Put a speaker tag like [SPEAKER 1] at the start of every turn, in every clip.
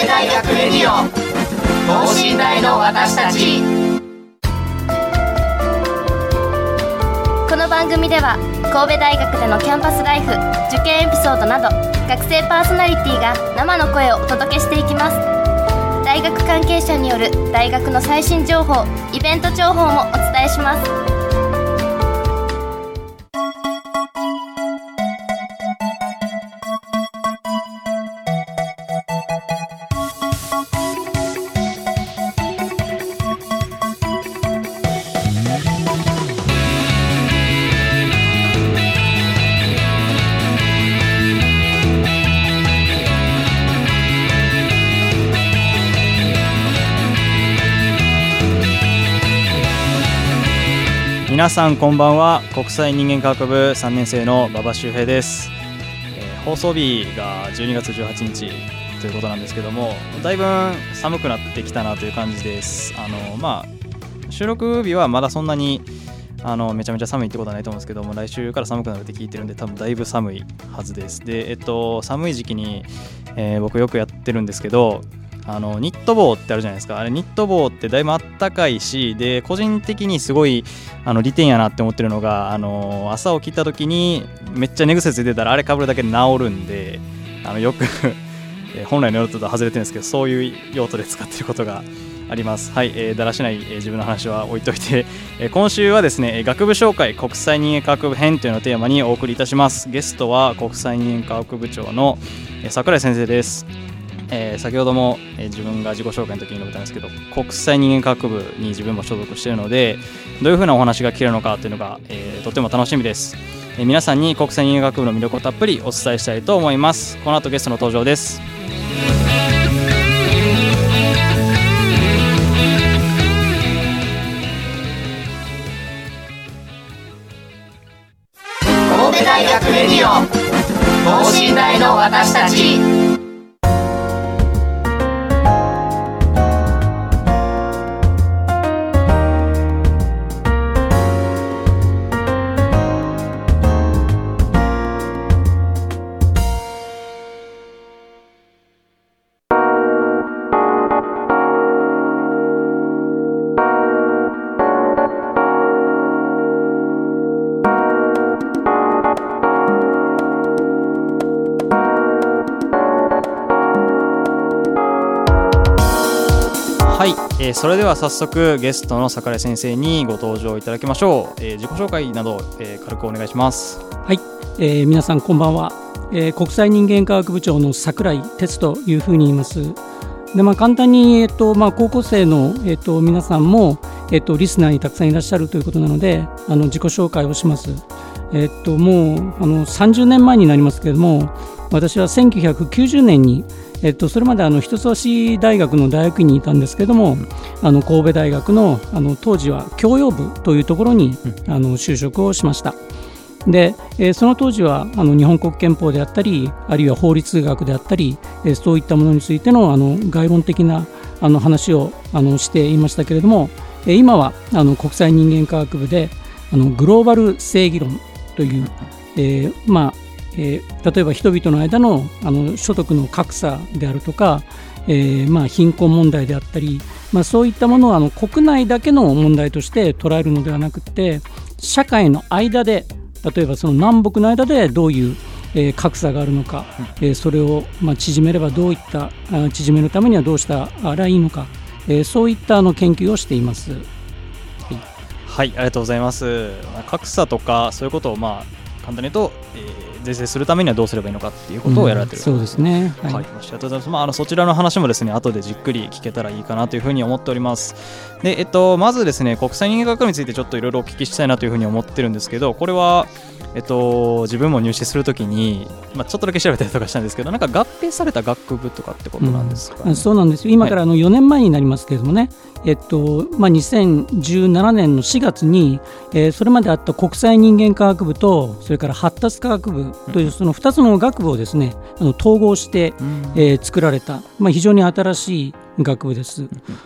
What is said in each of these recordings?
[SPEAKER 1] 神戸大学レディオ等身大の私たち。
[SPEAKER 2] この番組では神戸大学でのキャンパスライフ、受験エピソードなど学生パーソナリティが生の声をお届けしていきます。大学関係者による大学の最新情報、イベント情報もお伝えします。
[SPEAKER 3] 皆さんこんばんは。国際人間科学部3年生の馬場周平です。放送日が12月18日ということなんですけども、だいぶ寒くなってきたなという感じです。収録日はまだそんなにめちゃめちゃ寒いってことはないと思うんですけども、来週から寒くなるって聞いてるんで多分だいぶ寒いはずです。で、寒い時期に、僕よくやってるんですけど、ニット帽ってあるじゃないですか。あれニット帽ってだいぶあったかいし、で個人的にすごい利点やなって思ってるのが、朝起きた時にめっちゃ寝癖ついてたらあれ被るだけで治るんで、よく本来の用途とは外れてるんですけど、そういう用途で使ってることがあります。はい、だらしない自分の話は置いといて、今週はですね、学部紹介国際人間科学部編というのをテーマにお送りいたします。ゲストは国際人間科学部長の櫻井先生です。先ほども、自分が自己紹介の時に述べたんですけど、国際人間科学部に自分も所属しているので、どういうふうなお話が聞けるのかというのが、とても楽しみです。皆さんに国際人間学部の魅力をたっぷりお伝えしたいと思います。この後ゲストの登場です。
[SPEAKER 1] 神戸大学レディオ等身大の私たち。
[SPEAKER 3] それでは早速ゲストの櫻井先生にご登場いただきましょう。自己紹介など、軽くお願いします。
[SPEAKER 4] はい、皆さんこんばんは。国際人間科学部長の櫻井哲というふうに言います。で、簡単に、高校生の、皆さんも、リスナーにたくさんいらっしゃるということなので、自己紹介をします。もう30年前になりますけれども、私は1990年にそれまで一橋大学の大学院にいたんですけども、神戸大学の、当時は教養部というところに就職をしました。で、その当時は日本国憲法であったり、あるいは法律学であったり、そういったものについての概論的な話をしていましたけれども、今は国際人間科学部でグローバル正義論という、例えば人々の間の、所得の格差であるとか、貧困問題であったり、そういったものを国内だけの問題として捉えるのではなくて、社会の間で、例えばその南北の間でどういう、格差があるのか、それを、縮めればどういった縮めるためにはどうしたらいいのか、そういった研究をしています。
[SPEAKER 3] はい、ありがとうございます。格差とかそういうことを簡単に言うと、是正するためにはどうすればいいのかっていうことをやられている、
[SPEAKER 4] そうですね。
[SPEAKER 3] はい、ありがとうございます。そちらの話もですね、後でじっくり聞けたらいいかなというふうに思っております。で、まずですね、国際人間学部についてちょっといろいろお聞きしたいなというふうに思ってるんですけど、これは自分も入試するときに、ちょっとだけ調べたりとかしたんですけど、なんか合併された学部とかってことなんですかね。
[SPEAKER 4] そうなんですよ。今から4年前になりますけれどもね、2017年の4月に、それまであった国際人間科学部とそれから発達科学部というその2つの学部をですね、統合して、作られた、非常に新しい学部です。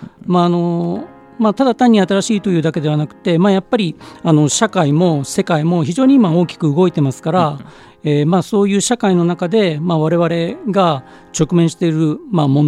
[SPEAKER 4] ただ単に新しいというだけではなくて、やっぱり社会も世界も非常に今大きく動いてますから、そういう社会の中で、我々が直面している、問題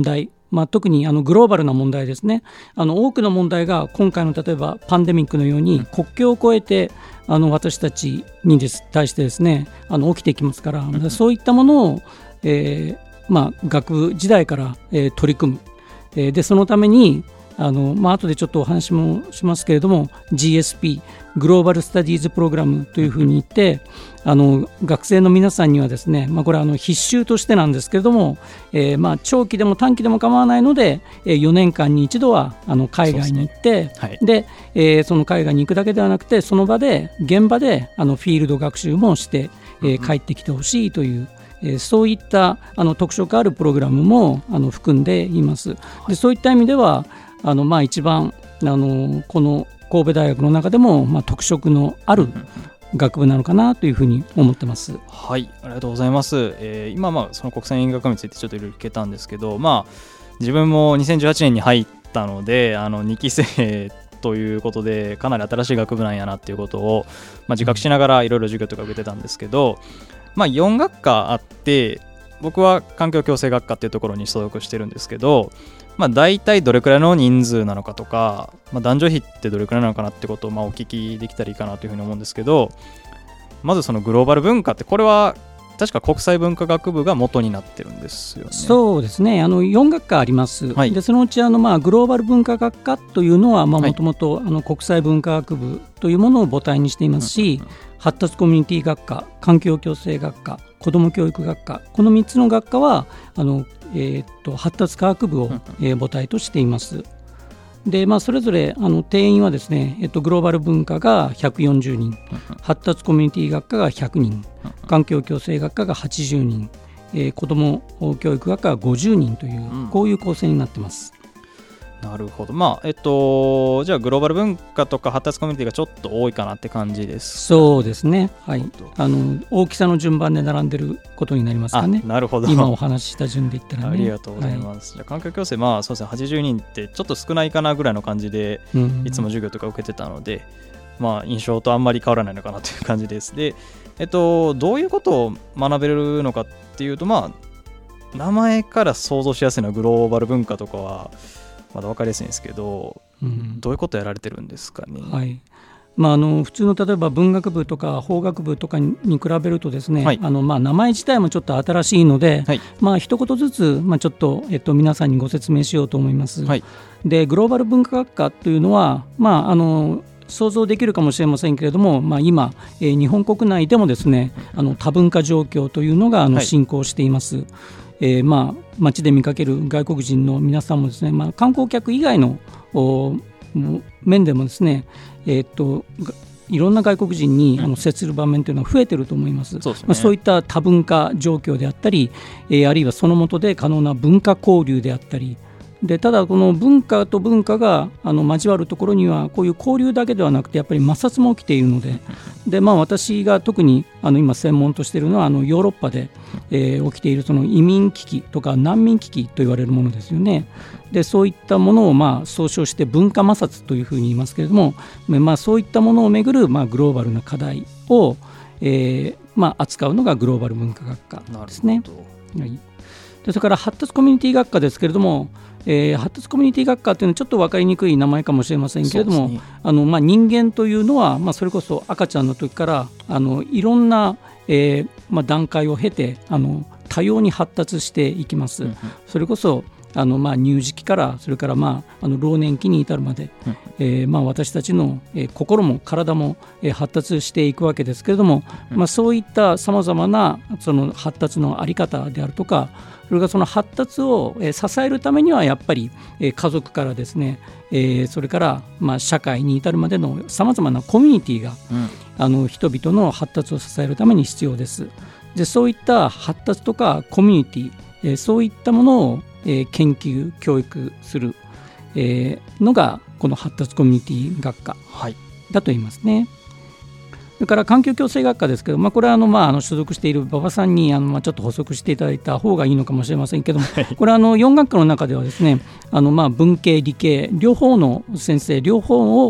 [SPEAKER 4] 特にグローバルな問題ですね。多くの問題が今回の例えばパンデミックのように国境を越えて私たちに対してですね起きてきますから、そういったものを、学部時代から、取り組む、でそのために後でちょっとお話もしますけれども GSP グローバルスタディーズプログラムというふうに言って学生の皆さんにはですね、これは必修としてなんですけれども、長期でも短期でも構わないので4年間に一度は海外に行って、でその海外に行くだけではなくてその場で現場でフィールド学習もして、帰ってきてほしいというそういった特色あるプログラムも含んでいます。でそういった意味では一番この神戸大学の中でも、特色のある学部なのかなというふうに思ってます。
[SPEAKER 3] はい、ありがとうございます。今、その国際院学部についてちょっといろいろ聞けたんですけど、自分も2018年に入ったので2期生ということでかなり新しい学部なんやなっていうことを、自覚しながらいろいろ授業とか受けてたんですけど、4学科あって僕は環境共生学科っていうところに所属してるんですけど、大体どれくらいの人数なのかとか、男女比ってどれくらいなのかなってことをお聞きできたらいいかなというふうに思うんですけど、まずそのグローバル文化ってこれは確か国際文化学部が元になってるんですよね。
[SPEAKER 4] そうですね、4学科あります、でそのうちグローバル文化学科というのはもともと国際文化学部というものを母体にしていますし、発達コミュニティ学科、環境共生学科、子ども教育学科、この3つの学科は発達科学部を、母体としています。でそれぞれ定員はですね、グローバル文化が140人、発達コミュニティ学科が100人、環境共生学科が80人、子ども教育学科が50人という、こういう構成になっています。
[SPEAKER 3] なるほど。じゃあグローバル文化とか発達コミュニティがちょっと多いかなって感じです。
[SPEAKER 4] そうですね、はい、大きさの順番で並んでることになりますかね。
[SPEAKER 3] なるほど。
[SPEAKER 4] 今お話しした順で言ったらね。
[SPEAKER 3] ありがとうございます。じゃあ環境共生そうですね、80人ってちょっと少ないかなぐらいの感じで、いつも授業とか受けてたので、印象とあんまり変わらないのかなという感じです。で、どういうことを学べるのかっていうと、名前から想像しやすいのはグローバル文化とかはまだ分かりやすいんですけど、どういうことやられてるんですかね。
[SPEAKER 4] はい、普通の例えば文学部とか法学部とかに比べるとですね、名前自体もちょっと新しいので、一言ずつ、ちょっと、皆さんにご説明しようと思います。でグローバル文化学科というのは、想像できるかもしれませんけれども、今、日本国内でもですね多文化状況というのが進行しています。街で見かける外国人の皆さんもですね、観光客以外の面でもですね、いろんな外国人に接する場面というのは増えていると思います。そういった多文化状況であったり、あるいはその下で可能な文化交流であったりで、ただこの文化と文化が交わるところにはこういう交流だけではなくてやっぱり摩擦も起きているので、私が特に今専門としているのはヨーロッパで、起きているその移民危機とか難民危機と言われるものですよね。でそういったものを総称して文化摩擦というふうに言いますけれども、そういったものをめぐるグローバルな課題を、扱うのがグローバル文化学科ですね。でそれから発達コミュニティ学科ですけれども、発達コミュニティ学科というのはちょっと分かりにくい名前かもしれませんけれども、人間というのは、それこそ赤ちゃんの時からいろんな、段階を経て多様に発達していきます。それこそ乳児期からそれから老年期に至るまで、私たちの心も体も発達していくわけですけれども、そういったさまざまなその発達の在り方であるとか、それからその発達を支えるためにはやっぱり家族からですね、それから社会に至るまでのさまざまなコミュニティが、人々の発達を支えるために必要です。でそういった発達とかコミュニティ、そういったものを研究教育するのがこの発達コミュニティ学科だと言いますね。それから環境共生学科ですけど、これは所属している馬場さんにちょっと補足していただいた方がいいのかもしれませんけども、これは4学科の中ではですね文系理系両方の先生両方を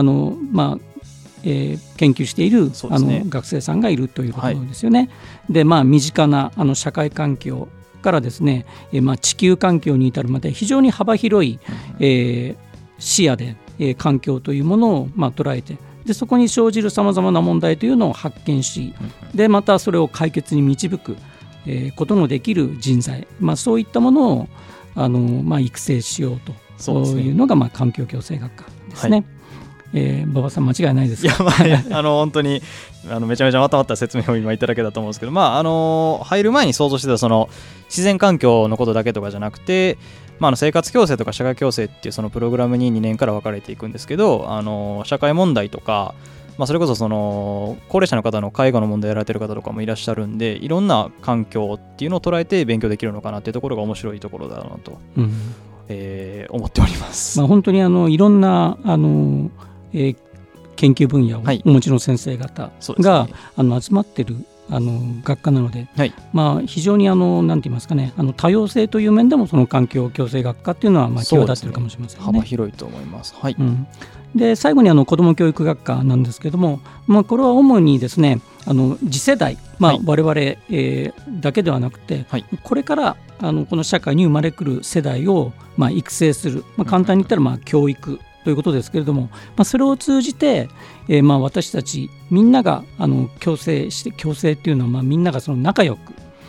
[SPEAKER 4] 研究している、学生さんがいるということですよね。で身近な社会環境からですね、地球環境に至るまで非常に幅広い、視野で、環境というものを、捉えて、でそこに生じるさまざまな問題というのを発見し、でまたそれを解決に導く、ことのできる人材、そういったものを育成しようと、そういうのが、環境共生学科ですね。馬場さん間違いないですか？
[SPEAKER 3] いや、本当にめちゃめちゃまとまった説明を今いただけたと思うんですけど、入る前に想像してたその自然環境のことだけとかじゃなくて、生活共生とか社会共生っていうそのプログラムに2年から分かれていくんですけど、社会問題とか、それこそその高齢者の方の介護の問題やられてる方とかもいらっしゃるんで、いろんな環境っていうのを捉えて勉強できるのかなっていうところが面白いところだなと、思っております。
[SPEAKER 4] 本当にいろんな研究分野をお持ちの先生方が、集まっている学科なので、非常になんて言いますかね、多様性という面でもその環境共生学科っていうのは際立っているかもしれませんね。
[SPEAKER 3] 幅広いと思います。
[SPEAKER 4] で最後に子ども教育学科なんですけども、これは主にですね、次世代、我々、だけではなくて、これからこの社会に生まれくる世代を育成する、簡単に言ったら教育ということですけれども、それを通じて、私たちみんなが共生っていうのは、みんながその仲良く、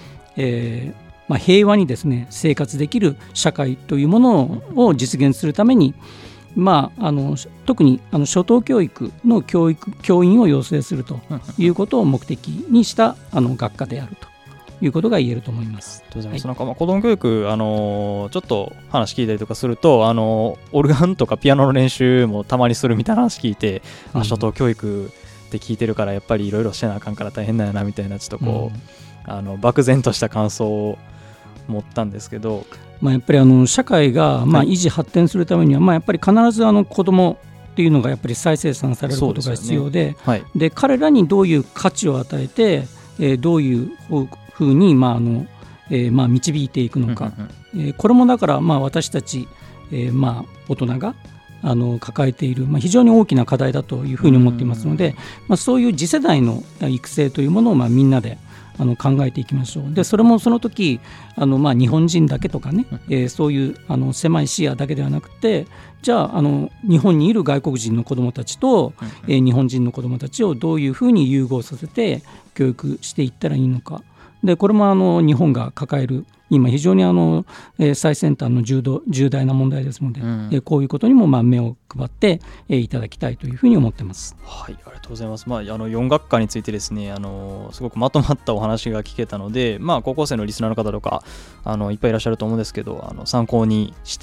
[SPEAKER 4] 平和にですね生活できる社会というものを実現するために、特に初等教育の教員を養成するということを目的にした学科であるということが言えると思います。
[SPEAKER 3] ありがとうございます。なんか子ども教育、ちょっと話聞いたりとかすると、オルガンとかピアノの練習もたまにするみたいな話聞いて、初等教育って聞いてるからやっぱりいろいろしてなあかんから大変だよなみたいな、ちょっとこう、漠然とした感想を持ったんですけど、
[SPEAKER 4] やっぱり社会が維持発展するためには、やっぱり必ず子どもっていうのがやっぱり再生産されることが必要で、で彼らにどういう価値を与えて、どういうふうに導いていくのか、これもだから私たち、大人が抱えている、非常に大きな課題だというふうに思っていますので、そういう次世代の育成というものをみんなで考えていきましょう。でそれもその時日本人だけとかね、そういう狭い視野だけではなくて、じゃあ日本にいる外国人の子どもたちと、日本人の子どもたちをどういうふうに融合させて教育していったらいいのか。でこれも日本が抱える今非常に最先端の重大な問題ですので、こういうことにも目を配っていただきたいというふうに思ってます。
[SPEAKER 3] はい、ありがとうございます。4学科についてですね、すごくまとまったお話が聞けたので、高校生のリスナーの方とかいっぱいいらっしゃると思うんですけど、参考にして、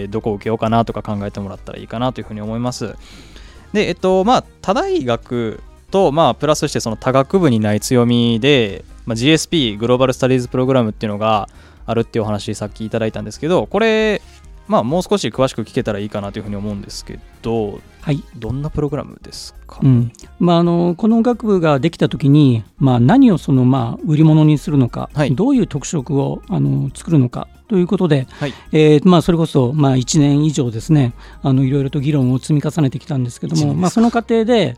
[SPEAKER 3] どこを受けようかなとか考えてもらったらいいかなというふうに思います。で、他大学と、プラスしてその他学部にない強みで、GSP グローバルスタディーズプログラムっていうのがあるっていうお話さっきいただいたんですけど、これ、もう少し詳しく聞けたらいいかなというふうに思うんですけど、どんなプログラムですか？こ
[SPEAKER 4] の学部ができたときに、何を売り物にするのか、どういう特色を作るのかということで、それこそ1年以上ですね、いろいろと議論を積み重ねてきたんですけども、その過程で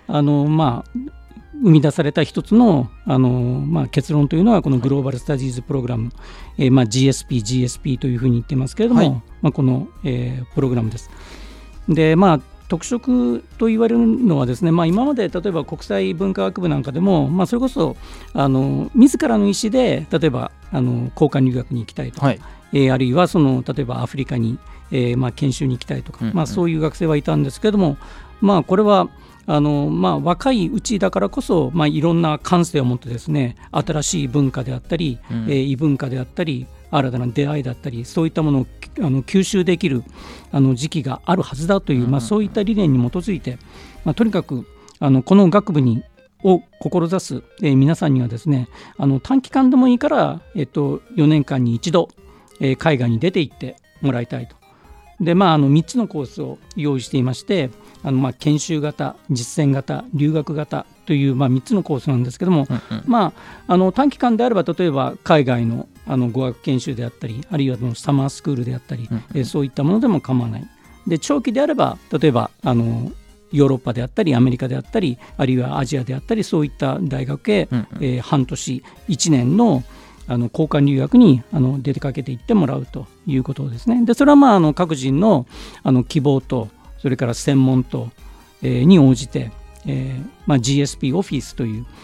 [SPEAKER 4] 生み出された一つの、結論というのはこのグローバルスタディーズプログラム、GSP というふうに言ってますけれども、この、プログラムです。で特色と言われるのはですね、今まで例えば国際文化学部なんかでも、それこそ自らの意思で例えば交換留学に行きたいとか、あるいは例えばアフリカに、研修に行きたいとか、そういう学生はいたんですけれども、これは若いうちだからこそ、いろんな感性を持ってですね、新しい文化であったり、異文化であったり、新たな出会いだったり、そういったものを吸収できる時期があるはずだという、そういった理念に基づいて、とにかくこの学部を志す、皆さんにはですね、短期間でもいいから、4年間に一度、海外に出て行ってもらいたいと。で3つのコースを用意していまして、研修型、実践型、留学型という3つのコースなんですけども、短期間であれば例えば海外の語学研修であったり、あるいはサマースクールであったり、そういったものでも構わない。で長期であれば例えばヨーロッパであったりアメリカであったり、あるいはアジアであったり、そういった大学へ、半年1年の交換留学に出かけていってもらうということですね。でそれは各人の希望とそれから専門と、に応じて、GSP オフィスという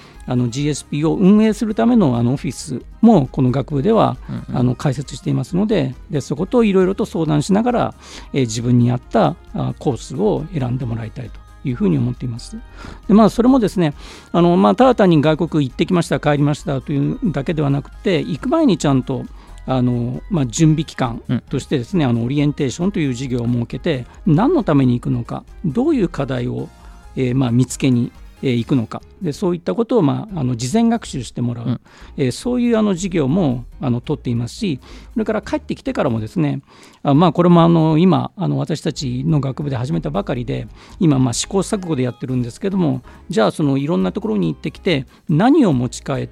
[SPEAKER 4] GSP を運営するためのオフィスもこの学部では開設していますので、そこといろいろと相談しながら、自分に合ったコースを選んでもらいたいというふうに思っています。でそれもですねただ単に外国行ってきました帰りましたというだけではなくて、行く前にちゃんと準備期間としてですね、オリエンテーションという授業を設けて、何のために行くのか、どういう課題を、見つけに行くのか、でそういったことを、事前学習してもらう、そういう授業も取っていますし、それから帰ってきてからもですね、これも今私たちの学部で始めたばかりで、今試行錯誤でやってるんですけども、じゃあいろんなところに行ってきて何を持ち帰って、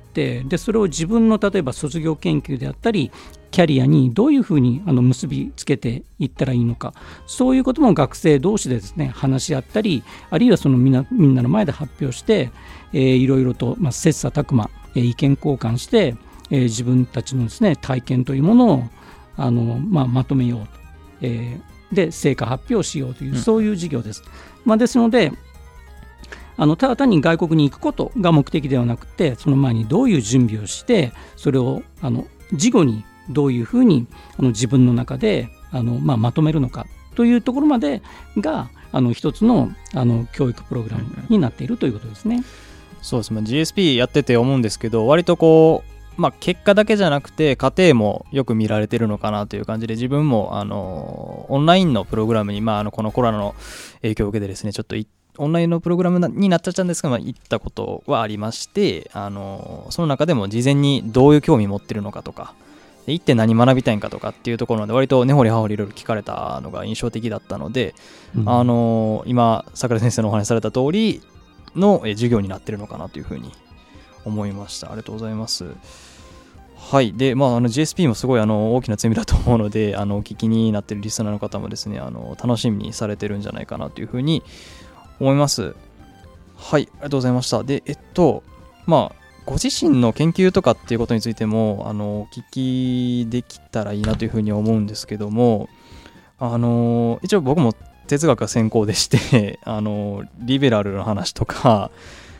[SPEAKER 4] でそれを自分の例えば卒業研究であったりキャリアにどういうふうに結びつけていったらいいのか、そういうことも学生同士でですね話し合ったり、あるいはみんなの前で発表して、いろいろと切磋琢磨、意見交換して、自分たちのですね体験というものをまとめようと、で成果発表しようという、そういう授業です。ですのでただ単に外国に行くことが目的ではなくて、その前にどういう準備をして、それを事後にどういうふうに自分の中でまとめるのかというところまでが一つの教育プログラムになっているということですね。
[SPEAKER 3] そうですね、GSP やってて思うんですけど、割と結果だけじゃなくて過程もよく見られてるのかなという感じで、自分もオンラインのプログラムに、このコロナの影響を受けてですね、ちょっとオンラインのプログラムになっちゃったんですが、行ったことはありまして、その中でも事前にどういう興味持ってるのかとか、行って何学びたいんかとかっていうところまで割と根掘り葉掘りいろいろ聞かれたのが印象的だったので、今桜先生のお話しされた通りの授業になってるのかなというふうに思いました。ありがとうございます。はい。で、GSP もすごい大きな強みだと思うので、お聞きになっているリスナーの方もですね、楽しみにされてるんじゃないかなというふうに思います。はい。ありがとうございました。で、ご自身の研究とかっていうことについてもお聞きできたらいいなというふうに思うんですけども、一応僕も哲学が専攻でしてリベラルの話とか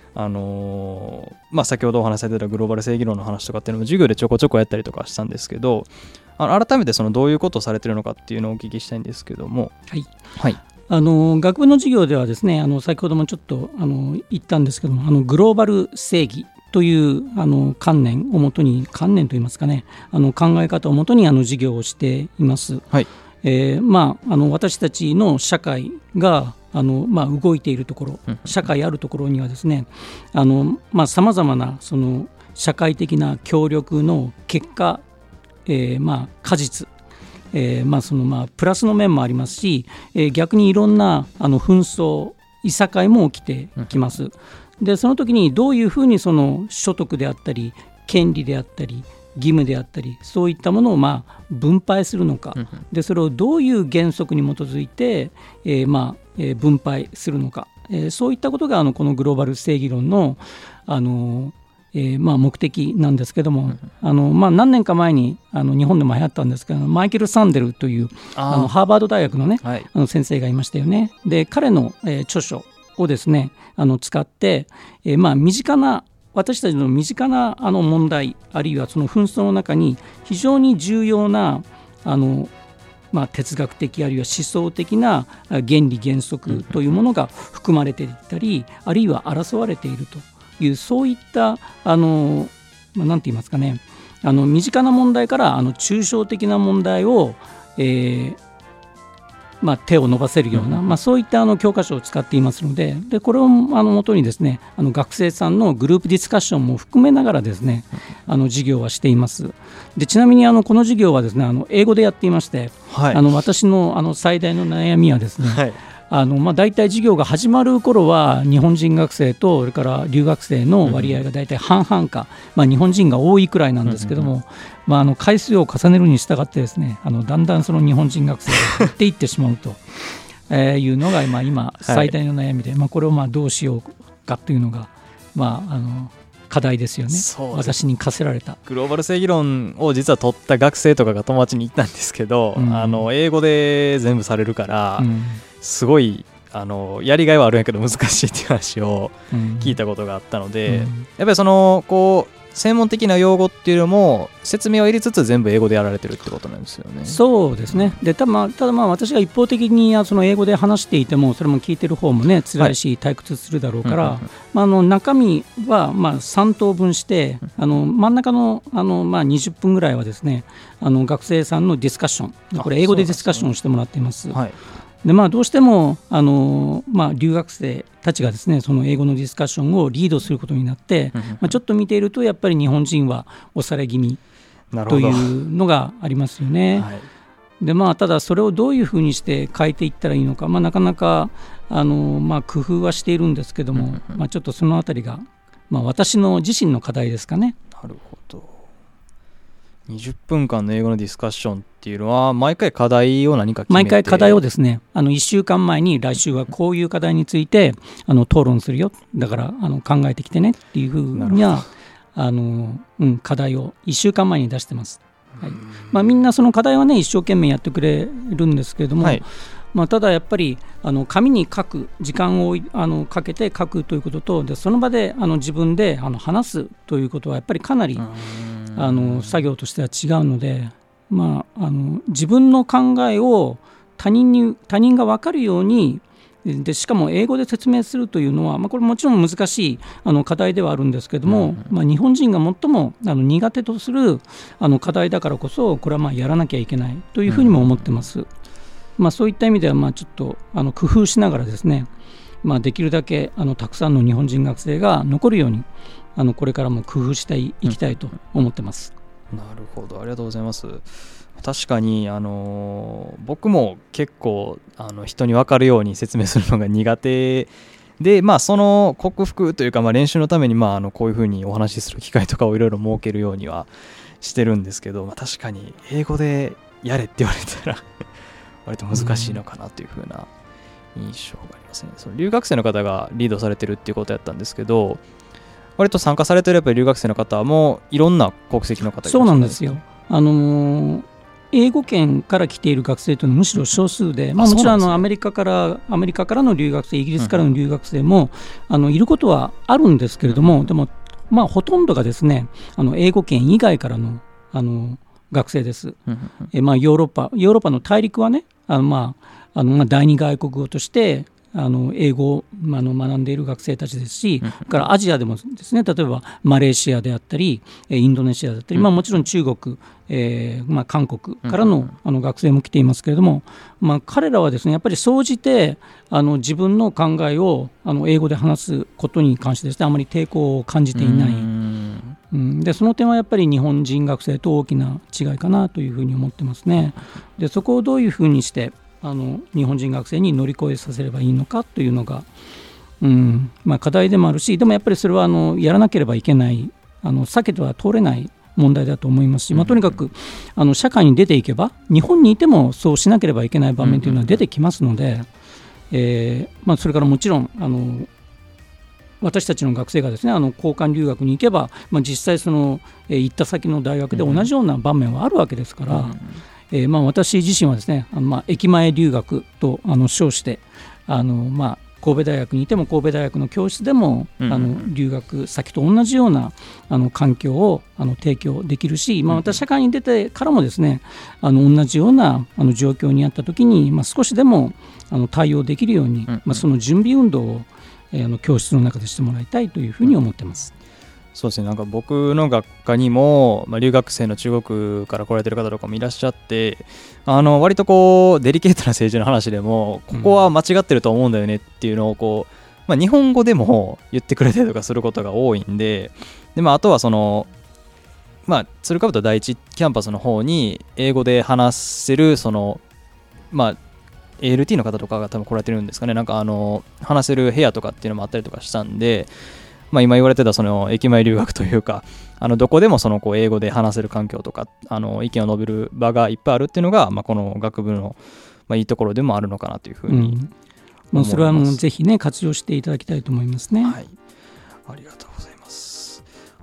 [SPEAKER 3] 先ほどお話しされてたグローバル正義論の話とかっていうのも授業でちょこちょこやったりとかしたんですけど、改めてどういうことをされてるのかっていうのをお聞きしたいんですけども。はい、はい。
[SPEAKER 4] 学部の授業ではですね、先ほどもちょっと言ったんですけども、グローバル正義という観念をもとに、観念といいますかね、考え方をもとに授業をしています。はい。私たちの社会が動いているところ、社会あるところにはですね、さまざまな社会的な協力の結果、果実、プラスの面もありますし、逆にいろんな紛争、いさかいも起きてきます。でその時にどういうふうに所得であったり権利であったり義務であったり、そういったものを分配するのか、でそれをどういう原則に基づいて、分配するのか、そういったことがこのグローバル正義論の、目的なんですけども、何年か前に日本でも流行ったんですけど、マイケル・サンデルというハーバード大学のね、先生がいましたよね。で彼の、著書をですね使って、身近な私たちの身近な問題、あるいはその紛争の中に非常に重要な哲学的あるいは思想的な原理原則というものが含まれていたり、あるいは争われているという、そういったなんて言いますかね、身近な問題から抽象的な問題を、手を伸ばせるような、そういった教科書を使っていますので、これを元にですね学生さんのグループディスカッションも含めながらですね授業はしています。でちなみにこの授業はですね英語でやっていまして、はい、私の最大の悩みはですね、はい、大体授業が始まる頃は日本人学生とそれから留学生の割合が大体半々か、日本人が多いくらいなんですけども、回数を重ねるに従ってですねだんだんその日本人学生が減っていってしまうというのが今最大の悩みで、これをどうしようかというのが課題ですよね。
[SPEAKER 3] そうです。
[SPEAKER 4] 私に課せられた
[SPEAKER 3] グローバル正義論を実は取った学生とかが友達に言ったんですけど、英語で全部されるから、すごいやりがいはあるんやけど難しいっていう話を聞いたことがあったので、やっぱりそのこう専門的な用語っていうのも説明を入れつつ全部英語でやられてるってことなんですよね。
[SPEAKER 4] そうですね。でただ私が一方的にその英語で話していてもそれも聞いてる方もね辛いし退屈するだろうから、中身は3等分して真ん中の20分ぐらいはですね学生さんのディスカッション、これ英語でディスカッションをしてもらっています。でどうしても留学生たちがですねその英語のディスカッションをリードすることになって、ちょっと見ているとやっぱり日本人は押され気味というのがありますよね。でただそれをどういうふうにして変えていったらいいのか、なかなか工夫はしているんですけども、ちょっとそのあたりが、私の自身の課題ですかね。
[SPEAKER 3] なるほど。20分間の英語のディスカッションっていうのは毎回課題を何か決めて、
[SPEAKER 4] 毎回課題をですね1週間前に来週はこういう課題について討論するよ、だから考えてきてねっていうふうな課題を1週間前に出してます。みんなその課題はね一生懸命やってくれるんですけれども、ただやっぱり紙に書く時間をかけて書くということと、でその場で自分で話すということはやっぱりかなり作業としては違うので、自分の考えを他人が分かるようにでしかも英語で説明するというのは、これもちろん難しい課題ではあるんですけども、日本人が最も苦手とする課題だからこそこれはやらなきゃいけないというふうにも思ってます。そういった意味ではちょっと工夫しながらですね、できるだけたくさんの日本人学生が残るようにこれからも工夫していきたいと思ってます。
[SPEAKER 3] なるほど、ありがとうございます。確かに僕も結構人に分かるように説明するのが苦手で、その克服というか、練習のためにこういうふうにお話しする機会とかをいろいろ設けるようにはしてるんですけど、確かに英語でやれって言われたら割と難しいのかなというふうな印象がありますね。その留学生の方がリードされてるっていうことやったんですけど、割と参加されてるやっぱり留学生の方もいろんな国籍の方がいらっしゃるんですか？そうなんです
[SPEAKER 4] よ。英語圏から来ている学生というのはむしろ少数で、もちろんアメリカからの留学生、イギリスからの留学生もいることはあるんですけれども、でもほとんどがですね英語圏以外からの学生です。ヨーロッパの大陸はね第二外国語として英語を学んでいる学生たちですし、からアジアでもですね、例えばマレーシアであったりインドネシアだったり、もちろん中国、韓国からの学生も来ていますけれども、彼らはですねやっぱり総じて自分の考えを英語で話すことに関してですねあまり抵抗を感じていない、でその点はやっぱり日本人学生と大きな違いかなというふうに思ってますね。でそこをどういうふうにして日本人学生に乗り越えさせればいいのかというのが、課題でもあるし、でもやっぱりそれはやらなければいけない避けては通れない問題だと思いますし、とにかく社会に出ていけば日本にいてもそうしなければいけない場面というのは出てきますので、それからもちろん私たちの学生がですね交換留学に行けば、実際その行った先の大学で同じような場面はあるわけですから、私自身はですね駅前留学と称して神戸大学にいても神戸大学の教室でも留学先と同じような環境を提供できるし、また社会に出てからもですね同じような状況にあった時に少しでも対応できるようにその準備運動を教室の中でしてもらいたいというふうに思ってます。
[SPEAKER 3] そうですね、なんか僕の学科にも、留学生の中国から来られてる方とかもいらっしゃって、割とこうデリケートな政治の話でもここは間違ってると思うんだよねっていうのをこう、日本語でも言ってくれたりとかすることが多いんで、あとはその鶴ヶ蓋第一キャンパスの方に英語で話せるそのALT の方とかが多分来られてるんですかね、なんか話せる部屋とかっていうのもあったりとかしたんで、今言われてたその駅前留学というかどこでもそのこう英語で話せる環境とか意見を述べる場がいっぱいあるっていうのが、この学部の、いいところでもあるのかなというふうに思います。
[SPEAKER 4] それはぜひね活用していただきたいと思いますね。
[SPEAKER 3] はい、ありがとうございます。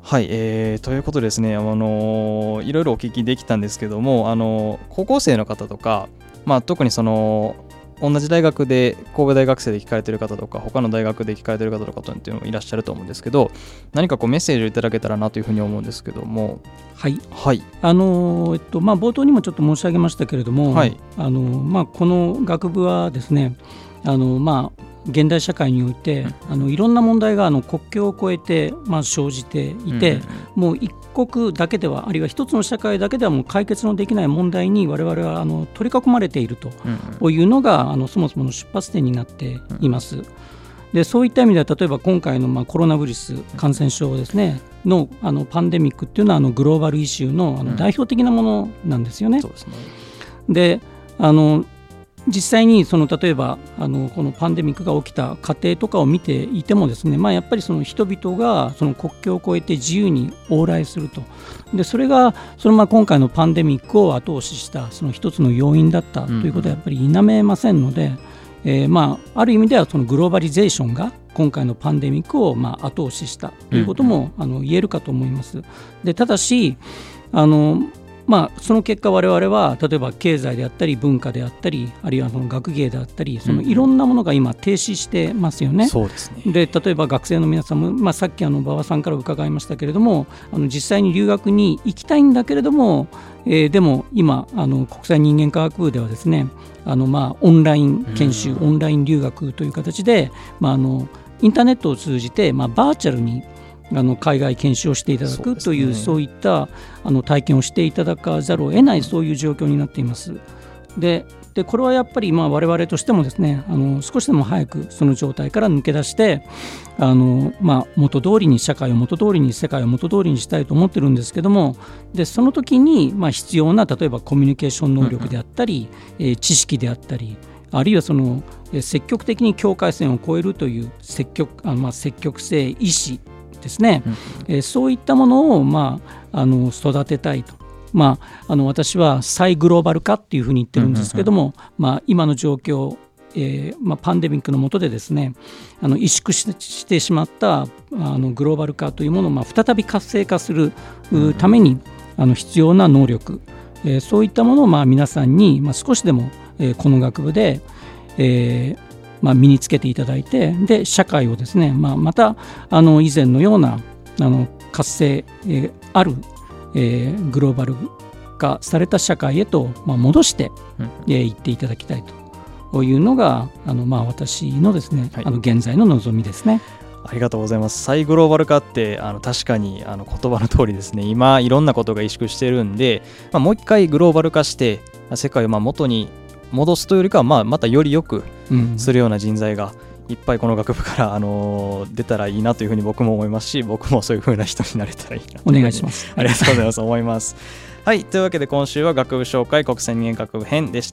[SPEAKER 3] はい、ということでですね、いろいろお聞きできたんですけども、高校生の方とか、特に同じ大学で神戸大学生で聞かれている方とか他の大学で聞かれている方とかっていうのもいらっしゃると思うんですけど、何かメッセージをいただけたらなというふうに思うんですけども。
[SPEAKER 4] はい、
[SPEAKER 3] はい、
[SPEAKER 4] 冒頭にもちょっと申し上げましたけれども、
[SPEAKER 3] はい、
[SPEAKER 4] この学部はですね、現代社会においていろんな問題が国境を越えて生じていて、もう一国だけではあるいは一つの社会だけではもう解決のできない問題に我々は取り囲まれているというのがそもそもの出発点になっています。でそういった意味では例えば今回のコロナウイルス感染症ですねのパンデミックっていうのはグローバルイシューの代表的なものなんですよね。
[SPEAKER 3] そうですね。
[SPEAKER 4] で実際に例えばこのパンデミックが起きた過程とかを見ていてもですね、やっぱり人々が国境を越えて自由に往来すると。でそれが今回のパンデミックを後押しした一つの要因だったということはやっぱり否めませんので、ある意味ではグローバリゼーションが今回のパンデミックを後押ししたということも言えるかと思います。でただしその結果我々は例えば経済であったり文化であったりあるいは学芸であったりいろんなものが今停止してますよね。
[SPEAKER 3] そうですね。
[SPEAKER 4] で例えば学生の皆さんも、さっき馬場さんから伺いましたけれども実際に留学に行きたいんだけれども、でも今国際人間科学部ではですねオンライン研修、オンライン留学という形で、インターネットを通じて、バーチャルに海外研修をしていただくというそういった体験をしていただかざるを得ないそういう状況になっています。でこれはやっぱり我々としてもですね少しでも早くその状態から抜け出して元通りに社会を元通りに世界を元通りにしたいと思ってるんですけども、でその時に必要な例えばコミュニケーション能力であったり、知識であったりあるいは積極的に境界線を越えるという積極性意志ですね、そういったものを育てたいと。私は再グローバル化っていうふうに言ってるんですけども、今の状況、パンデミックの下でですね萎縮してしまったグローバル化というものを再び活性化するために必要な能力、そういったものを皆さんに少しでもこの学部で身につけていただいて、で社会をですね、また以前のような活性、ある、グローバル化された社会へと、戻していっていただきたいというのが私のですね、現在の望みですね。
[SPEAKER 3] ありがとうございます。再グローバル化って確かに言葉の通りですね、今いろんなことが萎縮してるんで、もう一回グローバル化して世界を元に戻すというよりかはまたより良くするような人材がいっぱいこの学部から出たらいいなというふうに僕も思いますし、僕もそういうふうな人になれたらいいなと
[SPEAKER 4] お願いします。
[SPEAKER 3] ありがとうございます思います。はい、というわけで今週は学部紹介国際人間学部編でした。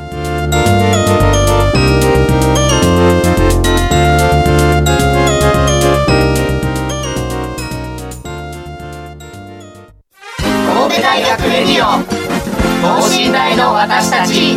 [SPEAKER 1] 神戸大学レディオ等身大の私たち。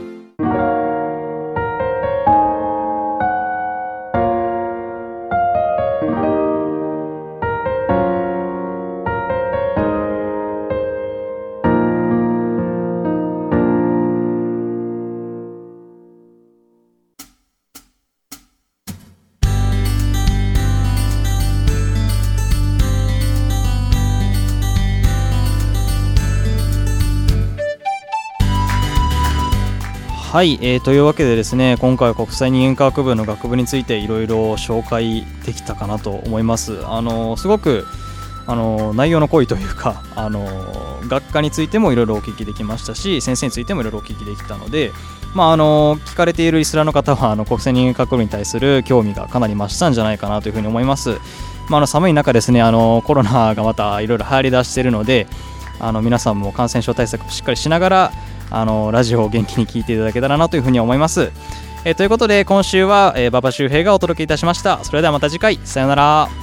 [SPEAKER 3] はい、というわけでですね、今回は国際人間科学部の学部についていろいろ紹介できたかなと思います。すごく内容の濃いというか学科についてもいろいろお聞きできましたし、先生についてもいろいろお聞きできたので、聞かれているリスナーの方は国際人間科学部に対する興味がかなり増したんじゃないかなというふうに思います。寒い中ですね、コロナがまたいろいろ流行りだしているので皆さんも感染症対策をしっかりしながらラジオを元気に聞いていただけたらなというふうに思います。ということで今週は馬場周平がお届けいたしました。それではまた次回、さようなら。